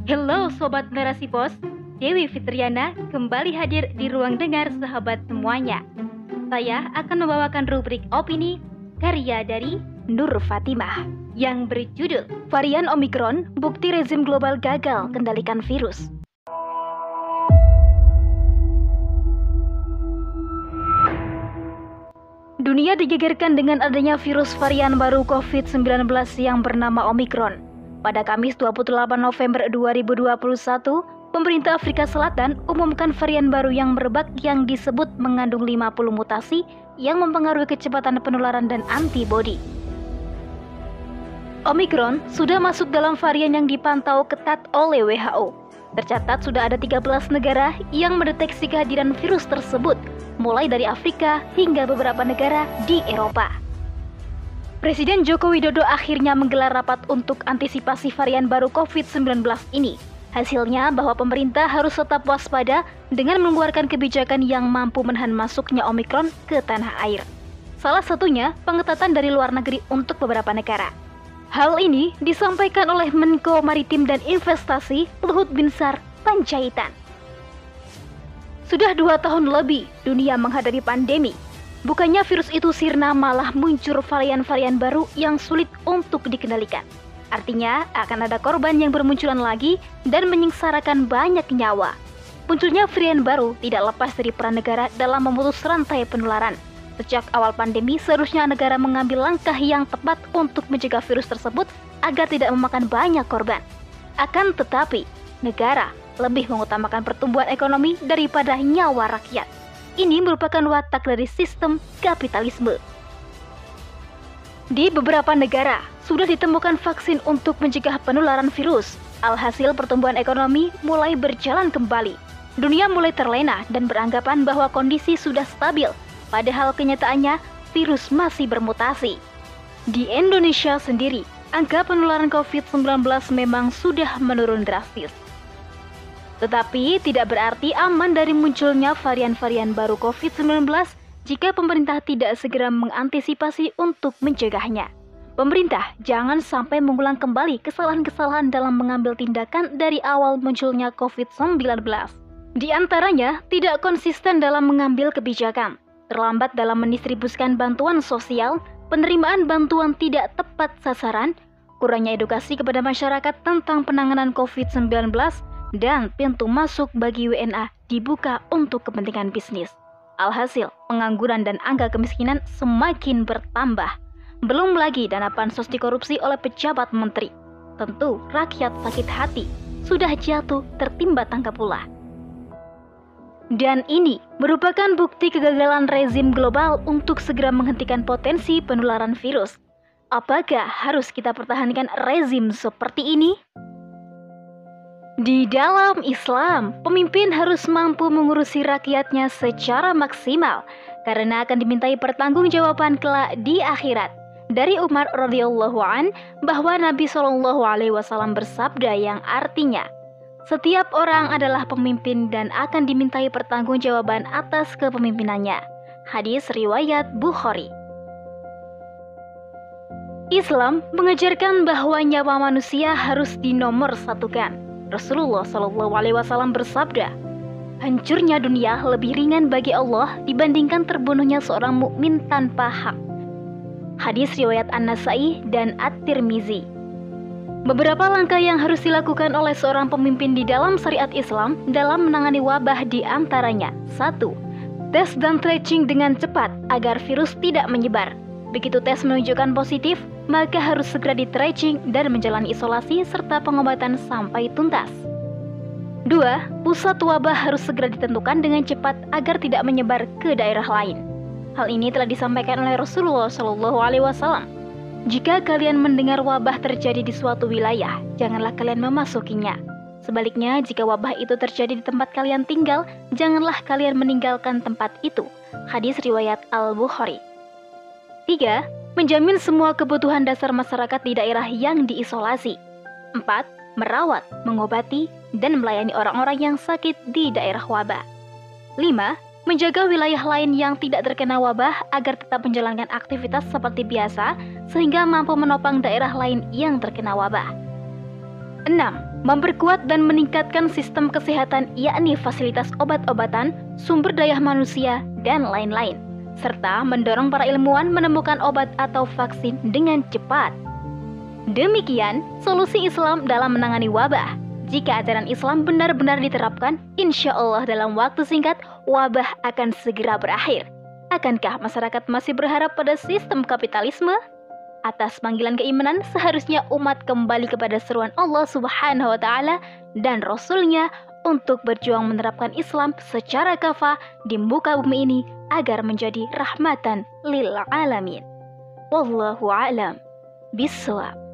Halo Sobat Narasi Pos, Dewi Fitriana kembali hadir di ruang dengar sahabat semuanya. Saya akan membawakan rubrik opini karya dari Nur Fatimah yang berjudul Varian Omikron, Bukti Rezim Global Gagal Kendalikan Virus. Dunia digegerkan dengan adanya virus varian baru COVID-19 yang bernama Omikron. Pada Kamis 28 November 2021, pemerintah Afrika Selatan umumkan varian baru yang merebak yang disebut mengandung 50 mutasi yang mempengaruhi kecepatan penularan dan antibodi. Omikron sudah masuk dalam varian yang dipantau ketat oleh WHO. Tercatat sudah ada 13 negara yang mendeteksi kehadiran virus tersebut, mulai dari Afrika hingga beberapa negara di Eropa. Presiden Joko Widodo akhirnya menggelar rapat untuk antisipasi varian baru COVID-19 ini. Hasilnya bahwa pemerintah harus tetap waspada dengan mengeluarkan kebijakan yang mampu menahan masuknya Omikron ke tanah air. Salah satunya pengetatan dari luar negeri untuk beberapa negara. Hal ini disampaikan oleh Menko Maritim dan Investasi Luhut Binsar Panjaitan. Sudah 2 tahun lebih dunia menghadapi pandemi. Bukannya virus itu sirna, malah muncul varian-varian baru yang sulit untuk dikendalikan. Artinya akan ada korban yang bermunculan lagi dan menyengsarakan banyak nyawa. Munculnya varian baru tidak lepas dari peran negara dalam memutus rantai penularan. Sejak awal pandemi seharusnya negara mengambil langkah yang tepat untuk mencegah virus tersebut agar tidak memakan banyak korban. Akan tetapi, negara lebih mengutamakan pertumbuhan ekonomi daripada nyawa rakyat. Ini merupakan watak dari sistem kapitalisme. Di beberapa negara, sudah ditemukan vaksin untuk mencegah penularan virus. Alhasil pertumbuhan ekonomi mulai berjalan kembali. Dunia mulai terlena dan beranggapan bahwa kondisi sudah stabil, padahal kenyataannya virus masih bermutasi. Di Indonesia sendiri, angka penularan COVID-19 memang sudah menurun drastis. Tetapi tidak berarti aman dari munculnya varian-varian baru COVID-19 jika pemerintah tidak segera mengantisipasi untuk mencegahnya. Pemerintah jangan sampai mengulang kembali kesalahan-kesalahan dalam mengambil tindakan dari awal munculnya COVID-19. Di antaranya, tidak konsisten dalam mengambil kebijakan, terlambat dalam mendistribusikan bantuan sosial, penerimaan bantuan tidak tepat sasaran, kurangnya edukasi kepada masyarakat tentang penanganan COVID-19, dan pintu masuk bagi WNA dibuka untuk kepentingan bisnis. Alhasil, pengangguran dan angka kemiskinan semakin bertambah. Belum lagi dana bansos dikorupsi oleh pejabat menteri. Tentu rakyat sakit hati, sudah jatuh tertimpa tangga pula. Dan ini merupakan bukti kegagalan rezim global untuk segera menghentikan potensi penularan virus. Apakah harus kita pertahankan rezim seperti ini? Di dalam Islam, pemimpin harus mampu mengurusi rakyatnya secara maksimal karena akan dimintai pertanggungjawaban kelak di akhirat. Dari Umar radhiyallahu an bahwa Nabi SAW bersabda yang artinya, setiap orang adalah pemimpin dan akan dimintai pertanggungjawaban atas kepemimpinannya. Hadis riwayat Bukhari. Islam mengajarkan bahwa nyawa manusia harus dinomorsatukan. Rasulullah SAW bersabda, hancurnya dunia lebih ringan bagi Allah dibandingkan terbunuhnya seorang mukmin tanpa hak. Hadis riwayat An-Nasai dan At-Tirmizi. Beberapa langkah yang harus dilakukan oleh seorang pemimpin di dalam syariat Islam dalam menangani wabah di antaranya: 1. Tes dan tracing dengan cepat agar virus tidak menyebar. Begitu tes menunjukkan positif, maka harus segera di-tracing dan menjalani isolasi serta pengobatan sampai tuntas. 2. Pusat wabah harus segera ditentukan dengan cepat agar tidak menyebar ke daerah lain. Hal ini telah disampaikan oleh Rasulullah SAW. Jika kalian mendengar wabah terjadi di suatu wilayah, janganlah kalian memasukinya. Sebaliknya, jika wabah itu terjadi di tempat kalian tinggal, janganlah kalian meninggalkan tempat itu. Hadis riwayat Al-Bukhari. 3. Menjamin semua kebutuhan dasar masyarakat di daerah yang diisolasi. 4. Merawat, mengobati, dan melayani orang-orang yang sakit di daerah wabah. 5. Menjaga wilayah lain yang tidak terkena wabah agar tetap menjalankan aktivitas seperti biasa sehingga mampu menopang daerah lain yang terkena wabah. 6. memperkuat dan meningkatkan sistem kesehatan yakni fasilitas obat-obatan, sumber daya manusia, dan lain-lain, serta mendorong para ilmuwan menemukan obat atau vaksin dengan cepat. Demikian solusi Islam dalam menangani wabah. Jika ajaran Islam benar-benar diterapkan, insya Allah dalam waktu singkat wabah akan segera berakhir. Akankah masyarakat masih berharap pada sistem kapitalisme? Atas panggilan keimanan, seharusnya umat kembali kepada seruan Allah Subhanahu wa Ta'ala dan Rasul-Nya untuk berjuang menerapkan Islam secara kafah di muka bumi ini agar menjadi rahmatan lil alamin. Wallahu a'lam bishawab.